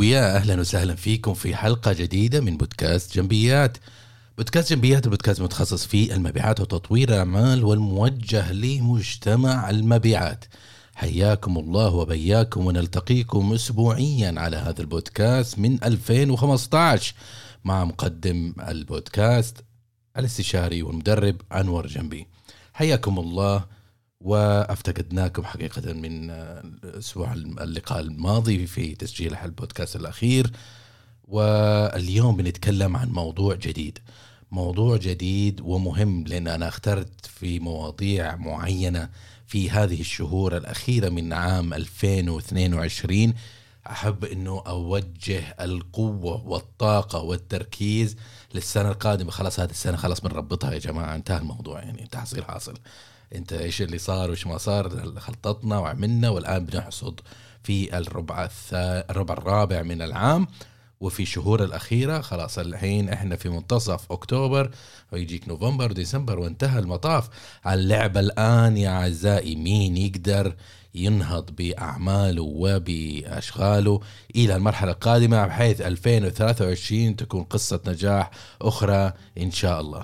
ويا أهلا وسهلا فيكم في حلقة جديدة من بودكاست جنبيات. بودكاست جنبيات البودكاست متخصص في المبيعات وتطوير الأعمال والموجه لمجتمع المبيعات. حياكم الله وبياكم، ونلتقيكم أسبوعيا على هذا البودكاست من 2015 مع مقدم البودكاست الاستشاري والمدرب أنور جنبي. حياكم الله، وافتقدناكم حقيقة من الأسبوع اللقاء الماضي في تسجيل البودكاست الأخير. واليوم بنتكلم عن موضوع جديد ومهم، لأن أنا اخترت في مواضيع معينة في هذه الشهور الأخيرة من عام 2022. أحب أنه أوجه القوة والطاقة والتركيز للسنة القادمة. خلاص هذه السنة خلاص بنربطها يا جماعة، انتهى الموضوع، يعني تحصيل حاصل. انت ايش اللي صار وإيش ما صار خلطتنا وعملنا، والآن بنحصد في الربع الرابع من العام وفي شهور الأخيرة. خلاص الحين احنا في منتصف أكتوبر ويجيك نوفمبر وديسمبر وانتهى المطاف. اللعبة الآن يا أعزائي مين يقدر ينهض بأعماله وبأشغاله إلى المرحلة القادمة، بحيث 2023 تكون قصة نجاح أخرى إن شاء الله.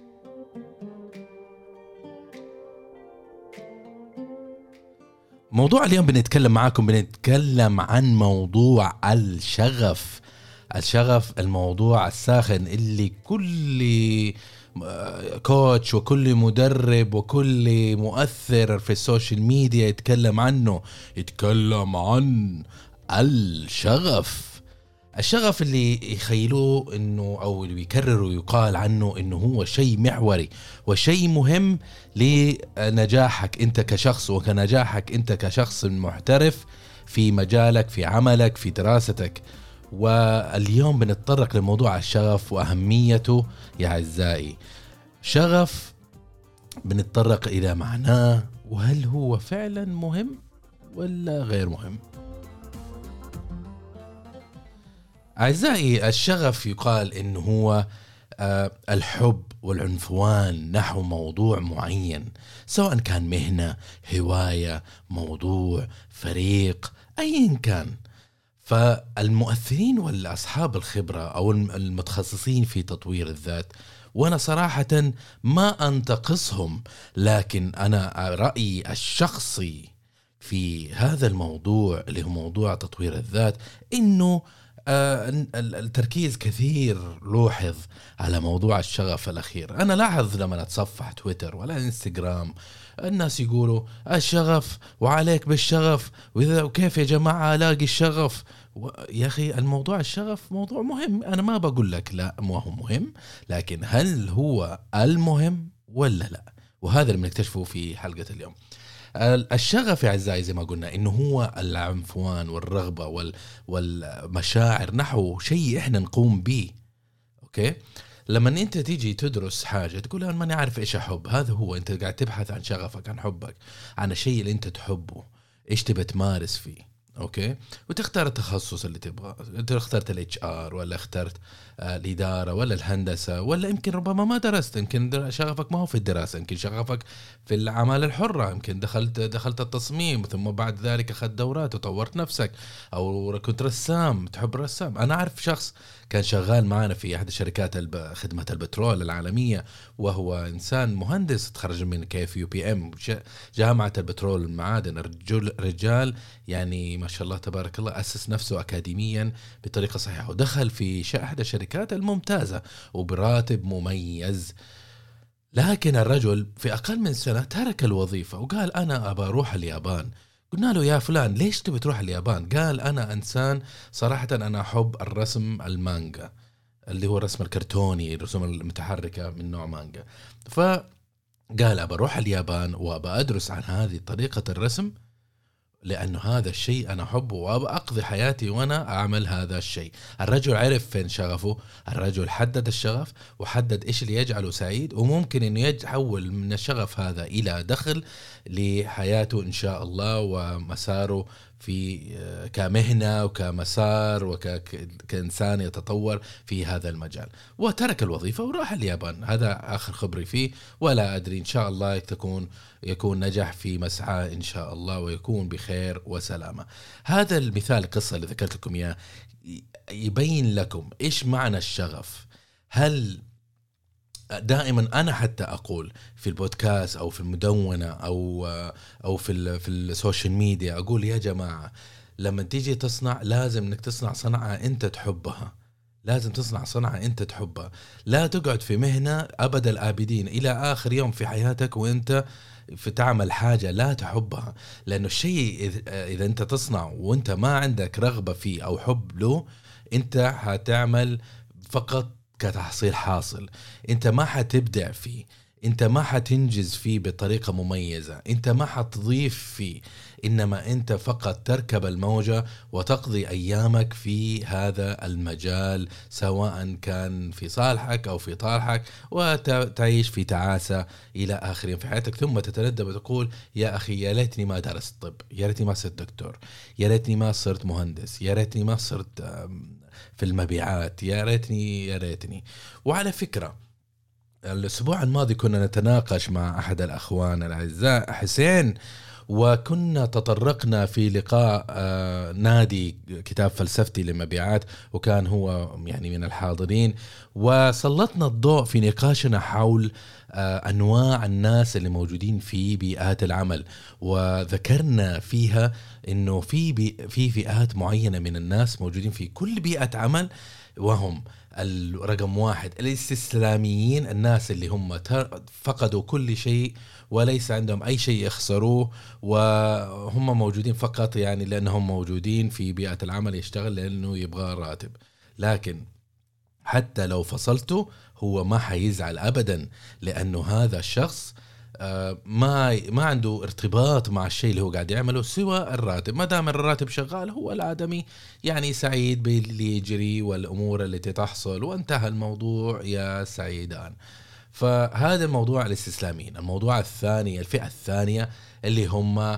موضوع اليوم بنتكلم عن موضوع الشغف. الموضوع الساخن اللي كل كوتش وكل مدرب وكل مؤثر في السوشيال ميديا يتكلم عن الشغف اللي يخيلوه انه او اللي بيكرروا يقال عنه انه هو شيء محوري وشيء مهم لنجاحك انت كشخص، وكنجاحك انت كشخص محترف في مجالك، في عملك، في دراستك. واليوم بنتطرق لموضوع الشغف وأهميته يا أعزائي. شغف بنتطرق إلى معناه، وهل هو فعلا مهم ولا غير مهم؟ أعزائي، الشغف يقال إنه هو الحب والعنفوان نحو موضوع معين، سواء كان مهنة، هواية، موضوع، فريق، أيا كان. فالمؤثرين والأصحاب الخبرة أو المتخصصين في تطوير الذات، وأنا صراحة ما أنتقصهم، لكن أنا رأيي الشخصي في هذا الموضوع اللي هو موضوع تطوير الذات إنه التركيز كثير لوحظ على موضوع الشغف الأخير. أنا لاحظ لما أتصفح تويتر ولا انستغرام الناس يقولوا الشغف وعليك بالشغف، وكيف يا جماعة ألاقي الشغف؟ يا أخي الموضوع الشغف موضوع مهم، أنا ما بقول لك لا ما هو مهم، لكن هل هو المهم ولا لا؟ وهذا اللي بنكتشفه في حلقة اليوم. الشغف يا أعزائي زي ما قلنا إنه هو العنفوان والرغبة والمشاعر نحو شيء إحنا نقوم به. أوكي، لما أنت تيجي تدرس حاجة تقول أنا ماني عارف إيش أحب، هذا هو أنت قاعد تبحث عن شغفك، عن حبك، عن الشيء اللي أنت تحبه، إيش تبى تمارس فيه. أوكي، وتختار التخصص اللي تبغى. أنت اخترت الHR ولا اخترت الإدارة ولا الهندسة، ولا يمكن ربما ما درست، يمكن شغفك ما هو في الدراسة، يمكن شغفك في الأعمال الحرة، يمكن دخلت التصميم ثم بعد ذلك أخذت دورات وطورت نفسك، أو كنت رسام تحب رسام. أنا أعرف شخص كان شغال معنا في أحد شركات خدمة البترول العالمية، وهو إنسان مهندس تخرج من KFUPM جامعة البترول والمعادن. رجال يعني ما شاء الله تبارك الله، أسس نفسه أكاديميا بطريقة صحيحة، ودخل في أحد الشركات الممتازة وبراتب مميز. لكن الرجل في أقل من سنة ترك الوظيفة وقال أنا أبى أروح اليابان. قلنا له يا فلان ليش تبي تروح اليابان؟ قال أنا إنسان صراحة أنا أحب الرسم المانجا، اللي هو الرسم الكرتوني، الرسوم المتحركة من نوع مانجا. فقال أبى أروح اليابان وأبى أدرس عن هذه طريقة الرسم، لأنه هذا الشيء أنا أحبه وأبى أقضي حياتي وأنا أعمل هذا الشيء. الرجل عرف فين شغفه، الرجل حدد الشغف وحدد إيش اللي يجعله سعيد، وممكن أنه يتحول من الشغف هذا إلى دخل لحياته إن شاء الله ومساره في كمهنة وكمسار وكإنسان يتطور في هذا المجال، وترك الوظيفة وراح اليابان. هذا آخر خبري فيه، ولا أدري، إن شاء الله يكون نجح في مسعى إن شاء الله، ويكون بخير وسلامة. هذا المثال القصة اللي ذكرت لكم إياه يبين لكم إيش معنى الشغف. هل دائما أنا حتى أقول في البودكاست أو في المدونة أو في السوشيال ميديا، أقول يا جماعة لما تيجي تصنع لازم إنك تصنع صنعة أنت تحبها، لازم تصنع صنعة أنت تحبها. لا تقعد في مهنة أبد الآبدين إلى آخر يوم في حياتك وأنت في تعمل حاجة لا تحبها، لأنه الشيء إذا أنت تصنع وأنت ما عندك رغبة فيه أو حب له، أنت هتعمل فقط كتحصيل حاصل. أنت ما حتبدع فيه، أنت ما حتنجز فيه بطريقة مميزة، أنت ما حتضيف فيه، إنما أنت فقط تركب الموجة وتقضي أيامك في هذا المجال، سواء كان في صالحك أو في طالحك، وتعيش في تعاسة إلى آخر يوم في حياتك، ثم تتندم وتقول يا أخي يا ليتني ما درست طب، يا ليتني ما صرت دكتور، يا ليتني ما صرت مهندس، يا ليتني ما صرت في المبيعات، يا ريتني. وعلى فكرة الأسبوع الماضي كنا نتناقش مع أحد الأخوان الأعزاء حسين، وكنا تطرقنا في لقاء نادي كتاب فلسفتي للمبيعات، وكان هو يعني من الحاضرين، وسلطنا الضوء في نقاشنا حول أنواع الناس اللي موجودين في بيئات العمل، وذكرنا فيها إنه في فئات معينة من الناس موجودين في كل بيئة عمل، وهم الرقم 1 الاستسلاميين، الناس اللي هم فقدوا كل شيء وليس عندهم أي شيء يخسروه، وهم موجودين فقط يعني لأنهم موجودين في بيئة العمل يشتغل لأنه يبغى راتب. لكن حتى لو هو ما حيزعل أبدا، لأنه هذا الشخص ما عنده ارتباط مع الشيء اللي هو قاعد يعمله سوى الراتب. ما دام الراتب شغال هو الآدمي يعني سعيد باللي يجري والأمور التي تحصل، وانتهى الموضوع يا سعيدان. فهذا الموضوع الاستسلامين. الموضوع الثاني، الفئة الثانية اللي هم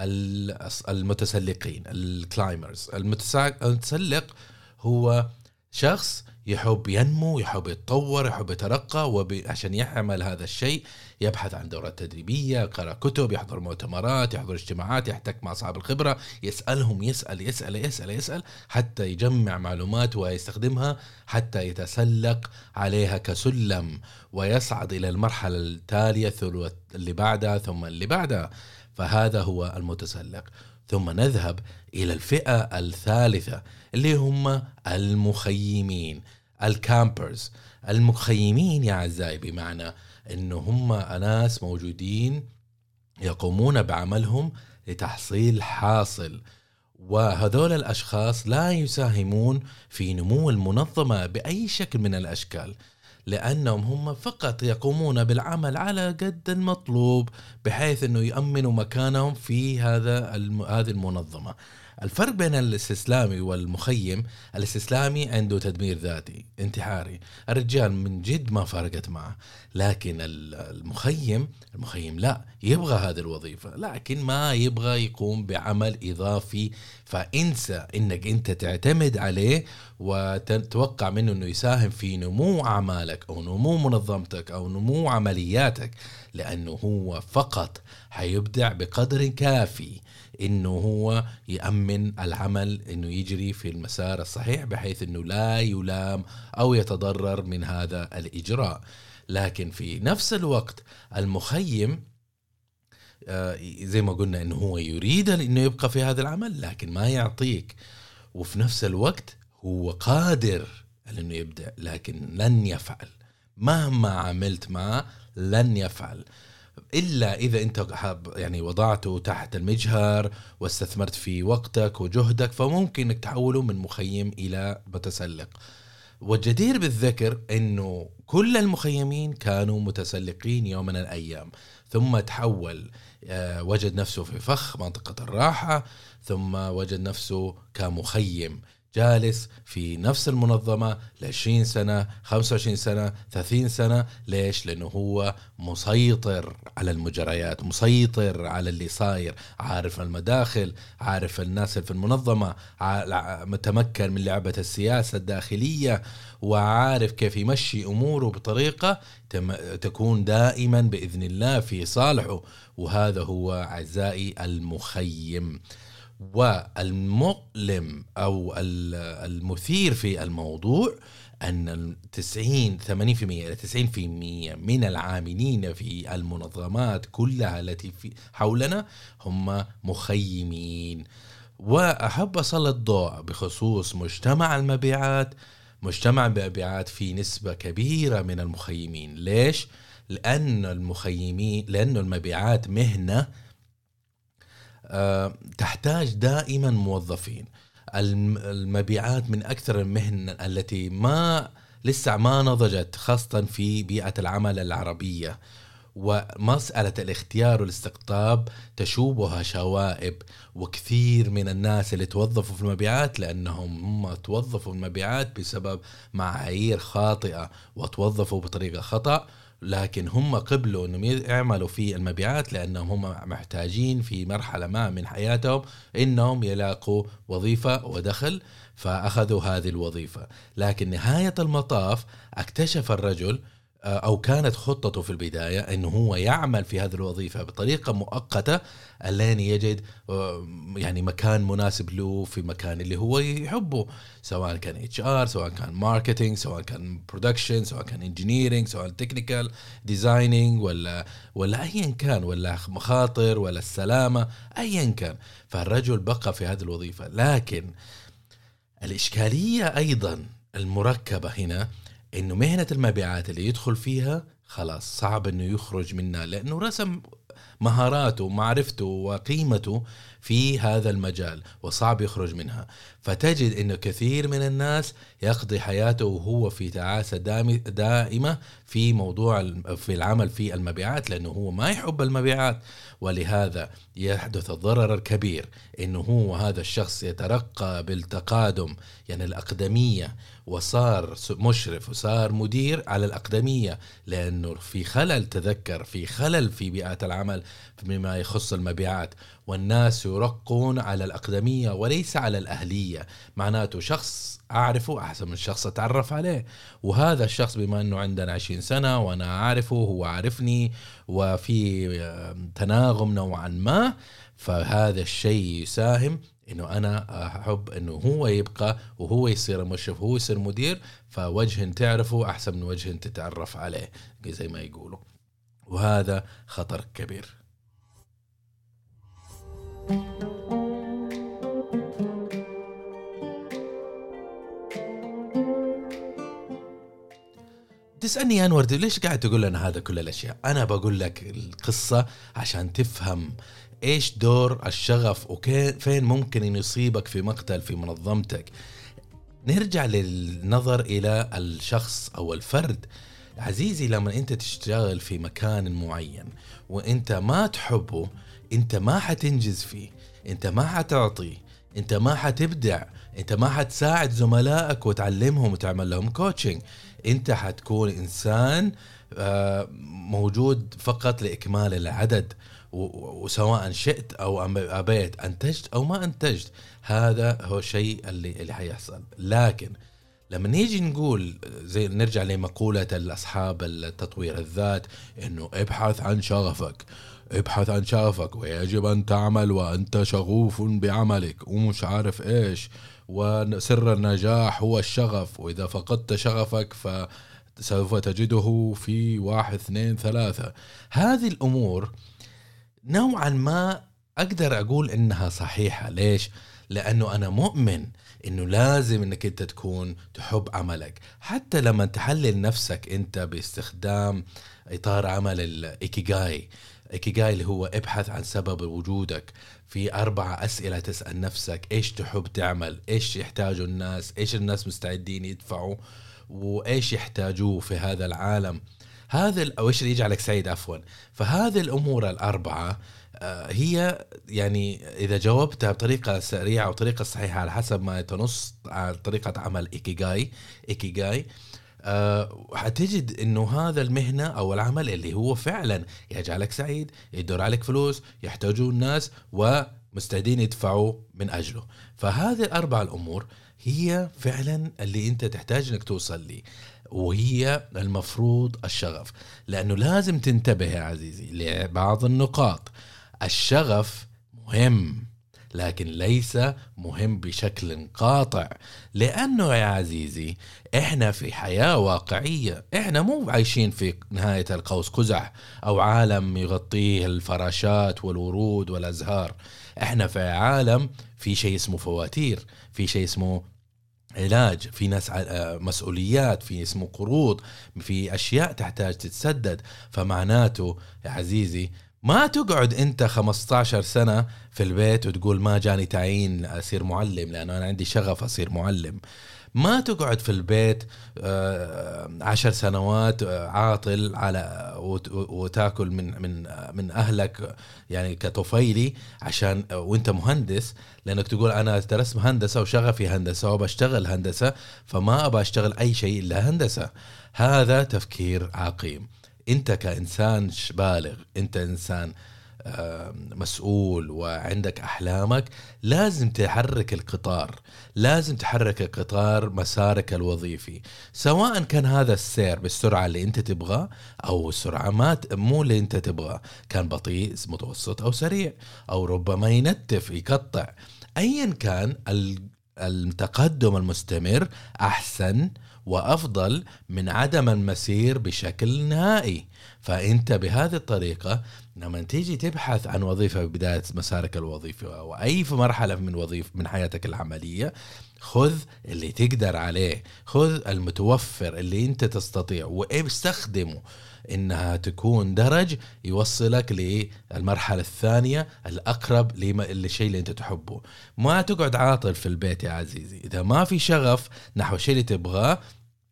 المتسلقين، الكلايمرز. المتسلق هو شخص يحب ينمو، يحب يتطور، يحب يترقى، وعشان يعمل هذا الشيء يبحث عن دورات تدريبية، يقرأ كتب، يحضر مؤتمرات، يحضر اجتماعات، يحتك مع أصحاب الخبرة، يسألهم، يسأل حتى يجمع معلومات ويستخدمها حتى يتسلق عليها كسلم ويصعد إلى المرحلة التالية، ثم اللي بعدها، ثم اللي بعدها. فهذا هو المتسلق. ثم نذهب إلى الفئة الثالثة اللي هم المخيمين، الكامبرز. المخيمين يا أعزائي بمعنى إنه هم ناس موجودين يقومون بعملهم لتحصيل حاصل، وهذول الأشخاص لا يساهمون في نمو المنظمة بأي شكل من الأشكال، لأنهم هم فقط يقومون بالعمل على قد المطلوب بحيث أنه يأمنوا مكانهم في هذه المنظمة. الفرق بين الاستسلامي والمخيم، الاستسلامي عنده تدمير ذاتي انتحاري، الرجال من جد ما فرقت معه. لكن المخيم لا، يبغى هذه الوظيفة لكن ما يبغى يقوم بعمل إضافي، فإنسى إنك أنت تعتمد عليه وتتوقع منه أنه يساهم في نمو أعمالك أو نمو منظمتك أو نمو عملياتك، لأنه هو فقط حيبدع بقدر كافي إنه هو يأمن العمل إنه يجري في المسار الصحيح بحيث إنه لا يلام أو يتضرر من هذا الإجراء. لكن في نفس الوقت المخيم زي ما قلنا إنه هو يريد إنه يبقى في هذا العمل لكن ما يعطيك، وفي نفس الوقت هو قادر على إنه يبدع لكن لن يفعل، مهما عملت معه لن يفعل إلا إذا أنت يعني وضعته تحت المجهر واستثمرت في وقتك وجهدك، فممكن أنك تحوله من مخيم إلى متسلق. والجدير بالذكر أنه كل المخيمين كانوا متسلقين يوم من الأيام، ثم تحول وجد نفسه في فخ منطقة الراحة، ثم وجد نفسه كمخيم جالس في نفس المنظمة ل20 سنة 25 سنة 30 سنة. ليش؟ لأنه هو مسيطر على المجريات، مسيطر على اللي صاير، عارف المداخل، عارف الناس في المنظمة، متمكن من لعبة السياسة الداخلية، وعارف كيف يمشي أموره بطريقة تكون دائما بإذن الله في صالحه. وهذا هو أعزائي المخيم. والمؤلم أو المثير في الموضوع أن 80% إلى 90% من العاملين في المنظمات كلها التي في حولنا هم مخيمين. وأحب أسلط الضوء بخصوص مجتمع المبيعات. مجتمع المبيعات في نسبة كبيرة من المخيمين. ليش؟ لأن المبيعات مهنة تحتاج دائما موظفين. المبيعات من أكثر المهن التي لسه ما نضجت، خاصة في بيئة العمل العربية. ومسألة الاختيار والاستقطاب تشوبها شوائب، وكثير من الناس اللي توظفوا في المبيعات لأنهم هم توظفوا في المبيعات بسبب معايير خاطئة وتوظفوا بطريقة خطأ، لكن هم قبلوا أنهم يعملوا في المبيعات لأنهم هم محتاجين في مرحلة ما من حياتهم أنهم يلاقوا وظيفة ودخل، فأخذوا هذه الوظيفة. لكن نهاية المطاف اكتشف الرجل أو كانت خطته في البداية أنه هو يعمل في هذه الوظيفة بطريقة مؤقتة لين يجد يعني مكان مناسب له في مكان اللي هو يحبه، سواء كان HR، سواء كان ماركتينج، سواء كان برودكشن، سواء كان انجينيرينج، سواء تكنيكال ديزايننج، ولا أيا كان، ولا مخاطر، ولا السلامة، أيا كان. فالرجل بقى في هذه الوظيفة. لكن الإشكالية أيضا المركبة هنا إنه مهنة المبيعات اللي يدخل فيها خلاص صعب إنه يخرج منها، لأنه رسم مهاراته ومعرفته وقيمته في هذا المجال وصعب يخرج منها. فتجد إنه كثير من الناس يقضي حياته وهو في تعاسة دائمة في في العمل في المبيعات، لأنه هو ما يحب المبيعات. ولهذا يحدث الضرر الكبير إنه هو هذا الشخص يترقى بالتقادم، يعني الأقدمية، وصار مشرف وصار مدير على الأقدمية، لأنه في خلل، تذكر، في خلل في بيئة العمل فيما يخص المبيعات. والناس يرقون على الأقدمية وليس على الأهلية. معناته شخص أعرفه أحسن من شخص أتعرف عليه، وهذا الشخص بما أنه عندنا 20 سنة وأنا أعرفه هو عارفني وفي تناغم نوعا ما، فهذا الشيء يساهم إنه أنا أحب إنه هو يبقى وهو يصير مشرف وهو يصير مدير، فوجه تعرفه أحسن من وجه تتعرف عليه زي ما يقولوا. وهذا خطر كبير. تسألني يا أنور ليش قاعد تقول لنا هذا كل الأشياء؟ أنا بقول لك القصة عشان تفهم إيش دور الشغف وفين ممكن إنه يصيبك في مقتل في منظمتك. نرجع للنظر إلى الشخص أو الفرد. عزيزي، لما أنت تشتغل في مكان معين وأنت ما تحبه، أنت ما حتنجز فيه، أنت ما حتعطي، أنت ما حتبدع، أنت ما حتساعد زملائك وتعلمهم وتعمل لهم كوتشنج. أنت حتكون إنسان موجود فقط لإكمال العدد، وسواء شئت أو أبيت، أنتجت أو ما أنتجت، هذا هو الشيء اللي حيحصل. لكن لما نيجي نقول زي نرجع لمقولة الأصحاب التطوير الذات إنه ابحث عن شغفك، ابحث عن شغفك، ويجب أن تعمل وأنت شغوف بعملك ومش عارف إيش، وسر النجاح هو الشغف، وإذا فقدت شغفك فسوف تجده في 1 2 3. هذه الأمور نوعا ما أقدر أقول إنها صحيحة. ليش؟ لأنه أنا مؤمن إنه لازم إنك أنت تكون تحب عملك. حتى لما تحلل نفسك أنت باستخدام إطار عمل الإيكيغاي اللي هو ابحث عن سبب وجودك، في 4 أسئلة تسأل نفسك: إيش تحب تعمل؟ إيش يحتاجوا الناس؟ إيش الناس مستعدين يدفعوا؟ وإيش يحتاجوه في هذا العالم؟ أو إيش اللي يجعلك سعيد عفوا. فهذه الأمور الأربعة هي يعني إذا جاوبتها بطريقة سريعة أو طريقة صحيحة على حسب ما تنص على طريقة عمل إيكيغاي هتجد إنه هذا المهنة أو العمل اللي هو فعلا يجعلك سعيد، يدور عليك فلوس، يحتاجون الناس ومستعدين يدفعوا من أجله. فهذه الأربع الأمور هي فعلا اللي أنت تحتاج إنك توصل لي، وهي المفروض الشغف. لأنه لازم تنتبه يا عزيزي لبعض النقاط. الشغف مهم لكن ليس مهم بشكل قاطع، لأنه يا عزيزي إحنا في حياة واقعية، إحنا مو عايشين في نهاية القوس قزح أو عالم يغطيه الفراشات والورود والأزهار. إحنا في عالم في شيء اسمه فواتير، في شيء اسمه علاج، في ناس مسؤوليات، في اسمه قروض، في أشياء تحتاج تتسدد. فمعناته يا عزيزي ما تقعد أنت 15 سنة في البيت وتقول ما جاني تعيين أصير معلم لأنه أنا عندي شغف أصير معلم. ما تقعد في البيت 10 سنوات عاطل على وتاكل من أهلك يعني كطفيلي عشان وانت مهندس، لأنك تقول أنا درست هندسة وشغفي هندسة وبشتغل هندسة فما أبى أشتغل أي شيء إلا هندسة. هذا تفكير عقيم. انت كإنسان بالغ، انت إنسان مسؤول وعندك أحلامك، لازم تحرك القطار، لازم تحرك القطار مسارك الوظيفي، سواء كان هذا السير بالسرعة اللي انت تبغى أو السرعة مو اللي انت تبغى، كان بطيء متوسط أو سريع أو ربما ينتف يقطع. أيا كان التقدم المستمر أحسن وأفضل من عدم المسير بشكل نهائي. فأنت بهذه الطريقة لما تيجي تبحث عن وظيفة ببداية مسارك الوظيفي أو أي مرحلة من حياتك العملية، خذ اللي تقدر عليه، خذ المتوفر اللي أنت تستطيع واستخدمه إنها تكون درج يوصلك للمرحلة الثانية الأقرب للشيء اللي أنت تحبه. ما تقعد عاطل في البيت يا عزيزي. إذا ما في شغف نحو الشيء اللي تبغاه،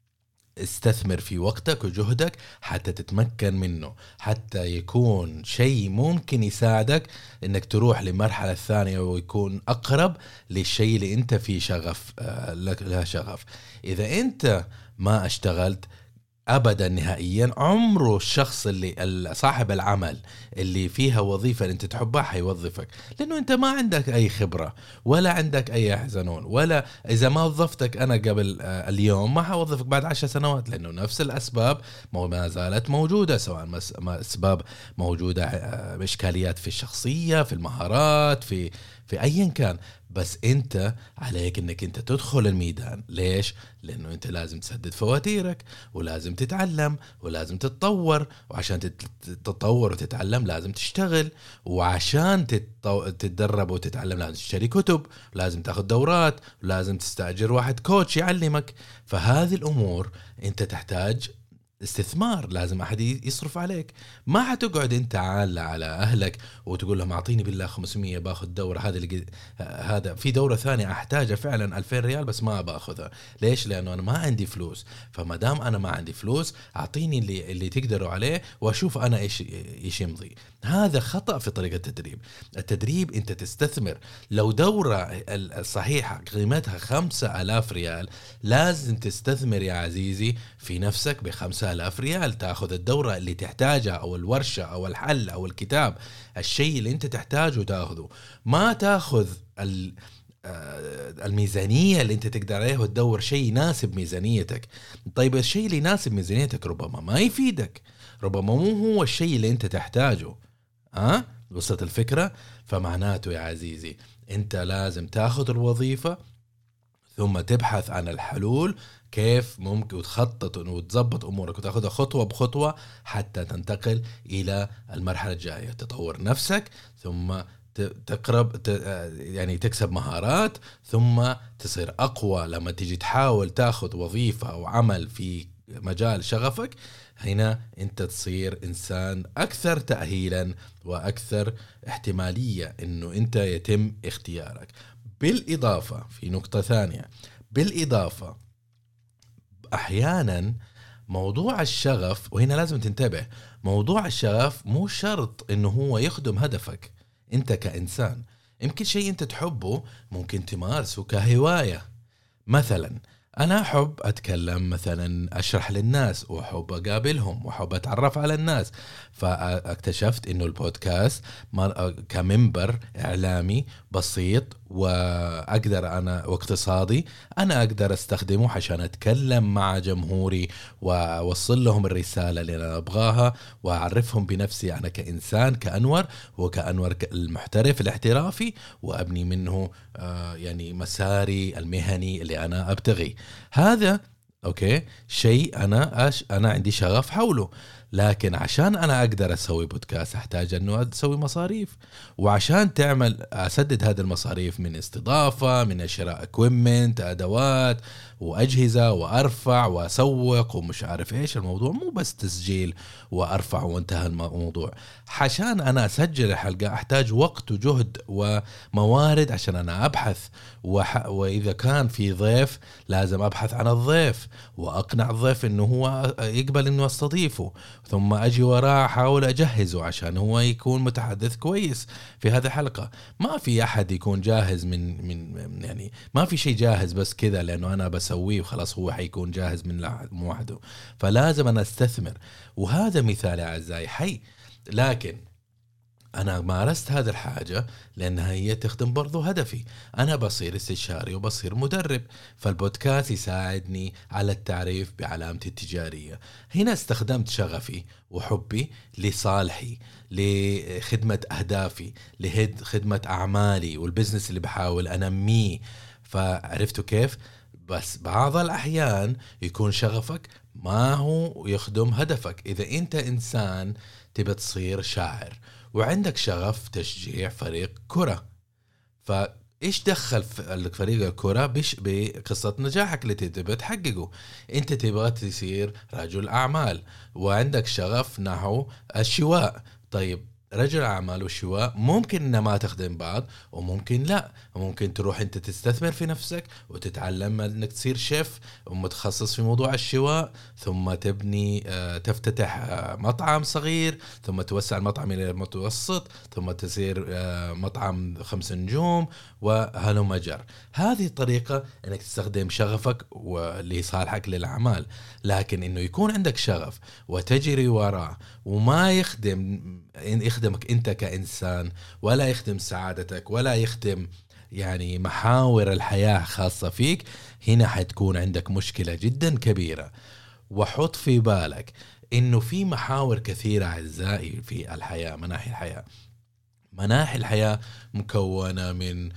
استثمر في وقتك وجهدك حتى تتمكن منه، حتى يكون شيء ممكن يساعدك انك تروح للمرحلة الثانية ويكون اقرب للشيء اللي انت فيه شغف لها شغف. اذا انت ما اشتغلت ابدا نهائيا، عمره الشخص اللي صاحب العمل اللي فيها وظيفة انت تحبها حيوظفك، لانه انت ما عندك اي خبرة ولا عندك اي حزنون، ولا اذا ما وظفتك انا قبل اليوم ما حوظفك بعد 10 سنوات، لانه نفس الاسباب ما زالت موجودة، سواء اسباب موجودة اشكاليات في الشخصية، في المهارات، في ايا كان. بس انت عليك انك انت تدخل الميدان. ليش؟ لانه انت لازم تسدد فواتيرك، ولازم تتعلم، ولازم تتطور، وعشان تتطور وتتعلم لازم تشتغل، وعشان تتدرب وتتعلم لازم تشتري كتب، لازم تاخد دورات، ولازم تستأجر واحد كوتش يعلمك. فهذه الامور انت تحتاج استثمار، لازم أحد يصرف عليك. ما حتقعد أنت عالة على أهلك وتقول لهم أعطيني بالله 500 باخذ دورة، هذا في دورة ثانية أحتاجها فعلا 2000 ريال بس ما باخذها. ليش؟ لأنه أنا ما عندي فلوس. فما دام أنا ما عندي فلوس أعطيني اللي تقدروا عليه وأشوف أنا إيش يمضي. هذا خطأ في طريقة التدريب. أنت تستثمر. لو دورة الصحيحة قيمتها 5000 ريال، لازم تستثمر يا عزيزي في نفسك ب5000 ريال، تأخذ الدورة اللي تحتاجها أو الورشة أو الحل أو الكتاب، الشيء اللي أنت تحتاجه تأخذه. ما تأخذ الميزانية اللي أنت تقدر عليه وتدور شيء يناسب ميزانيتك. طيب الشيء اللي يناسب ميزانيتك ربما ما يفيدك، ربما مو هو الشيء اللي أنت تحتاجه. وصلت الفكرة؟ فمعناته يا عزيزي أنت لازم تأخذ الوظيفة ثم تبحث عن الحلول، كيف ممكن تخطط وتضبط أمورك وتأخذها خطوة بخطوة حتى تنتقل إلى المرحلة الجاية، تطور نفسك، ثم يعني تكسب مهارات، ثم تصير أقوى لما تيجي تحاول تأخذ وظيفة أو عمل في مجال شغفك. هنا أنت تصير إنسان أكثر تأهيلا وأكثر احتمالية أنه أنت يتم اختيارك. بالإضافة في نقطة ثانية، بالإضافة أحيانا موضوع الشغف، وهنا لازم تنتبه، موضوع الشغف مو شرط انه هو يخدم هدفك انت كإنسان. يمكن شيء انت تحبه ممكن تمارسه كهواية. مثلا أنا أحب أتكلم، مثلا أشرح للناس، وأحب أقابلهم، وأحب أتعرف على الناس. فاكتشفت إنه البودكاست كمنبر إعلامي بسيط وأقدر أنا واقتصادي، أنا أقدر أستخدمه عشان أتكلم مع جمهوري وأوصل لهم الرسالة اللي أنا أبغاها، وأعرفهم بنفسي أنا كإنسان، كأنور، وكأنور المحترف الاحترافي، وأبني منه يعني مساري المهني اللي أنا أبتغي. هذا أوكي شيء أنا عندي شغف حوله. لكن عشان أنا أقدر أسوي بودكاست أحتاج أنه أسوي مصاريف، وعشان أسدد هذه المصاريف من استضافة، من شراء equipment، أدوات وأجهزة، وأرفع وأسوق ومش عارف إيش. الموضوع مو بس تسجيل وأرفع وانتهى الموضوع. عشان أنا أسجل الحلقة أحتاج وقت وجهد وموارد عشان أنا أبحث، وإذا كان في ضيف لازم أبحث عن الضيف وأقنع الضيف إنه هو يقبل إنه أستضيفه، ثم أجي وراه أحاول أجهزه عشان هو يكون متحدث كويس في هذه الحلقة. ما في أحد يكون جاهز من يعني ما في شيء جاهز بس كذا لأنه أنا بسويه وخلاص هو حيكون جاهز من وحده. فلازم أنا أستثمر، وهذا مثال أعزائي حي. لكن أنا مارست هذا الحاجة لأنها هي تخدم برضو هدفي. أنا بصير استشاري وبصير مدرب، فالبودكاست يساعدني على التعريف بعلامتي التجارية. هنا استخدمت شغفي وحبي لصالحي، لخدمة أهدافي، لخدمة أعمالي والبزنس اللي بحاول أنميه. فعرفتوا كيف؟ بس بعض الأحيان يكون شغفك ما هو يخدم هدفك. إذا أنت إنسان تبي تصير شاعر وعندك شغف تشجيع فريق كرة، فإيش دخل فريق الكرة بقصة نجاحك اللي تبي تحققه؟ أنت تبغى تصير رجل أعمال وعندك شغف نحو الشواء. طيب رجل أعمال والشواء ممكن إنها ما تخدم بعض، وممكن لا. ممكن تروح أنت تستثمر في نفسك وتتعلم إنك تصير شيف ومتخصص في موضوع الشواء، ثم تبني تفتتح مطعم صغير، ثم توسع المطعم إلى المتوسط، ثم تصير مطعم 5 نجوم، وهلم جر. هذه الطريقة إنك تستخدم شغفك لصالحك للأعمال. لكن إنه يكون عندك شغف وتجري وراه وما يخدمك أنت كإنسان، ولا يخدم سعادتك، ولا يخدم يعني محاور الحياة خاصة فيك، هنا حتكون عندك مشكلة جدا كبيرة. وحط في بالك إنه في محاور كثيرة أعزائي في الحياة. مناحي الحياة مكونة من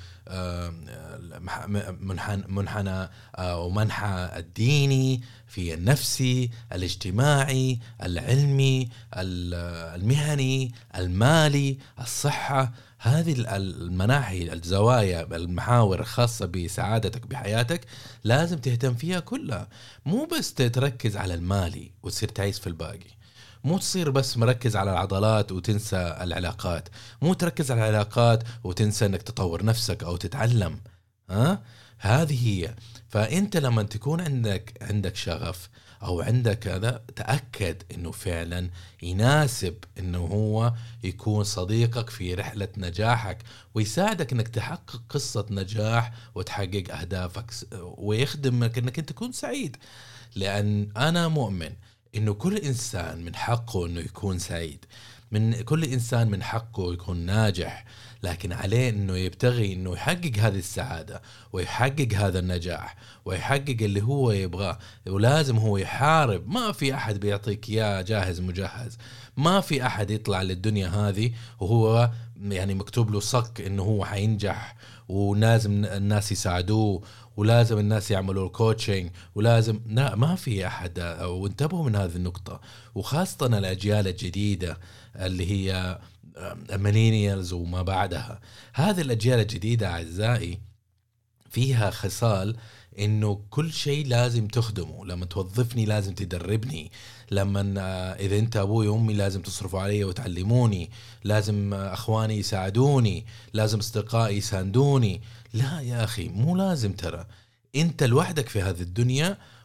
منحنى ومنحى الديني، في النفسي، الاجتماعي، العلمي، المهني، المالي، الصحة. هذه المناحي، الزوايا، المحاور الخاصة بسعادتك بحياتك لازم تهتم فيها كلها. مو بس تركز على المالي وتصير تعيش في الباقي، مو تصير بس مركز على العضلات وتنسى العلاقات، مو تركز على العلاقات وتنسى انك تطور نفسك او تتعلم. هذه هي. فانت لما تكون عندك شغف او عندك هذا، تأكد انه فعلا يناسب انه هو يكون صديقك في رحلة نجاحك، ويساعدك انك تحقق قصة نجاح وتحقق اهدافك، ويخدمك انك انت تكون سعيد. لان انا مؤمن إنه كل إنسان من حقه إنه يكون سعيد، كل إنسان من حقه يكون ناجح، لكن عليه إنه يبتغي إنه يحقق هذه السعادة ويحقق هذا النجاح ويحقق اللي هو يبغاه. ولازم هو يحارب. ما في أحد بيعطيك إياه جاهز مجهز. ما في أحد يطلع للدنيا هذه وهو يعني مكتوب له صك إنه هو حينجح، ولازم الناس يساعدوه، ولازم الناس يعملوا الكوتشنج، ولازم لا، ما في أحد. وانتبهوا من هذه النقطة، وخاصة الأجيال الجديدة اللي هي الميلينيالز وما بعدها. هذه الأجيال الجديدة أعزائي فيها خصال إنه كل شيء لازم تخدمه. لما توظفني لازم تدربني، لما إذا أنت أبوي وأمي لازم تصرفوا علي وتعلموني، لازم أخواني يساعدوني، لازم أصدقائي يساندوني. لا يا أخي، مو لازم. ترى أنت لوحدك في هذه الدنيا،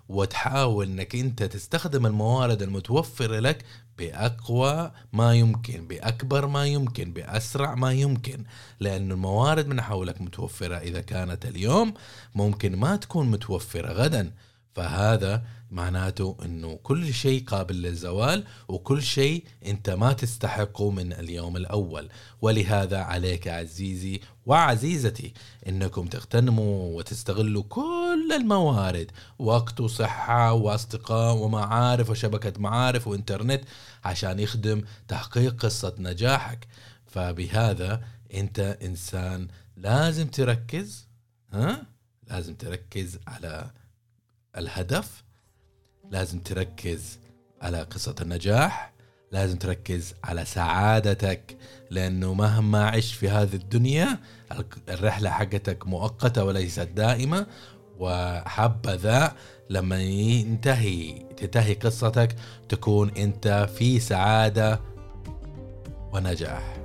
وتحاول انك انت تستخدم الموارد المتوفرة لك بأقوى ما يمكن، بأكبر ما يمكن، بأسرع ما يمكن، لأن الموارد من حولك متوفرة إذا كانت اليوم ممكن ما تكون متوفرة غدا. فهذا معناته انه كل شيء قابل للزوال، وكل شيء انت ما تستحقه من اليوم الاول. ولهذا عليك عزيزي وعزيزتي انكم تغتنموا وتستغلوا كل الموارد، وقت وصحة واصدقاء ومعارف وشبكة معارف وانترنت، عشان يخدم تحقيق قصة نجاحك. فبهذا انت انسان لازم تركز، لازم تركز على الهدف، لازم تركز على قصة النجاح، لازم تركز على سعادتك، لأنه مهما عشت في هذه الدنيا الرحلة حقتك مؤقتة وليست دائمة. وحبذا لما تنتهي قصتك تكون أنت في سعادة ونجاح.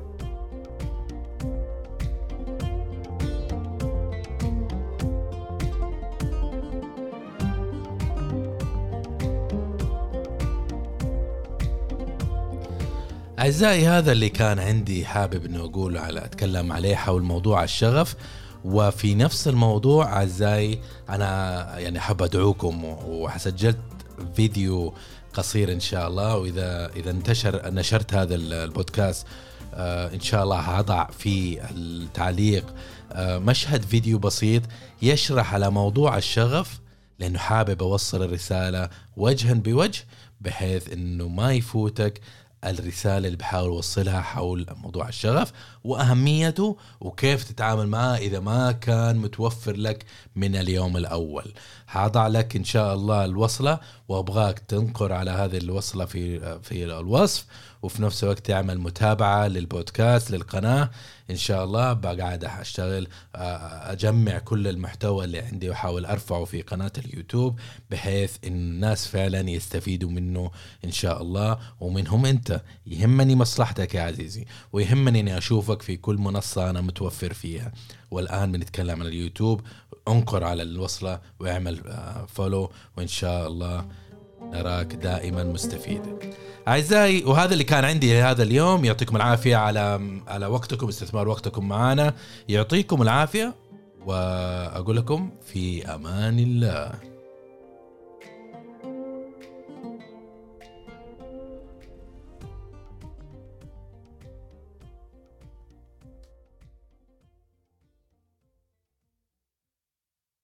أعزائي، هذا اللي كان عندي حابب أنه أتكلم عليه حول موضوع الشغف. وفي نفس الموضوع أعزائي أنا يعني حاب أدعوكم، وحسجلت فيديو قصير إن شاء الله، وإذا نشرت هذا البودكاست إن شاء الله هضع في التعليق مشهد فيديو بسيط يشرح على موضوع الشغف، لأنه حابب أوصل الرسالة وجها بوجه بحيث أنه ما يفوتك الرسالة اللي بحاول أوصلها حول موضوع الشغف وأهميته وكيف تتعامل معه إذا ما كان متوفر لك من اليوم الأول. هضع لك إن شاء الله الوصلة، وأبغاك تنقر على هذه الوصلة في الوصف، وفي نفس الوقت تعمل متابعة للبودكاست للقناة. إن شاء الله بقعد أشتغل أجمع كل المحتوى اللي عندي وأحاول أرفعه في قناة اليوتيوب بحيث إن الناس فعلا يستفيدوا منه إن شاء الله، ومنهم أنت. يهمني مصلحتك يا عزيزي، ويهمني أني أشوفك في كل منصة أنا متوفر فيها. والآن بنتكلم عن اليوتيوب، انقر على الوصلة واعمل فولو، وإن شاء الله نراك دائما مستفيد. أعزائي، وهذا اللي كان عندي هذا اليوم. يعطيكم العافية على وقتكم، استثمار وقتكم معنا. يعطيكم العافية، وأقول لكم في أمان الله.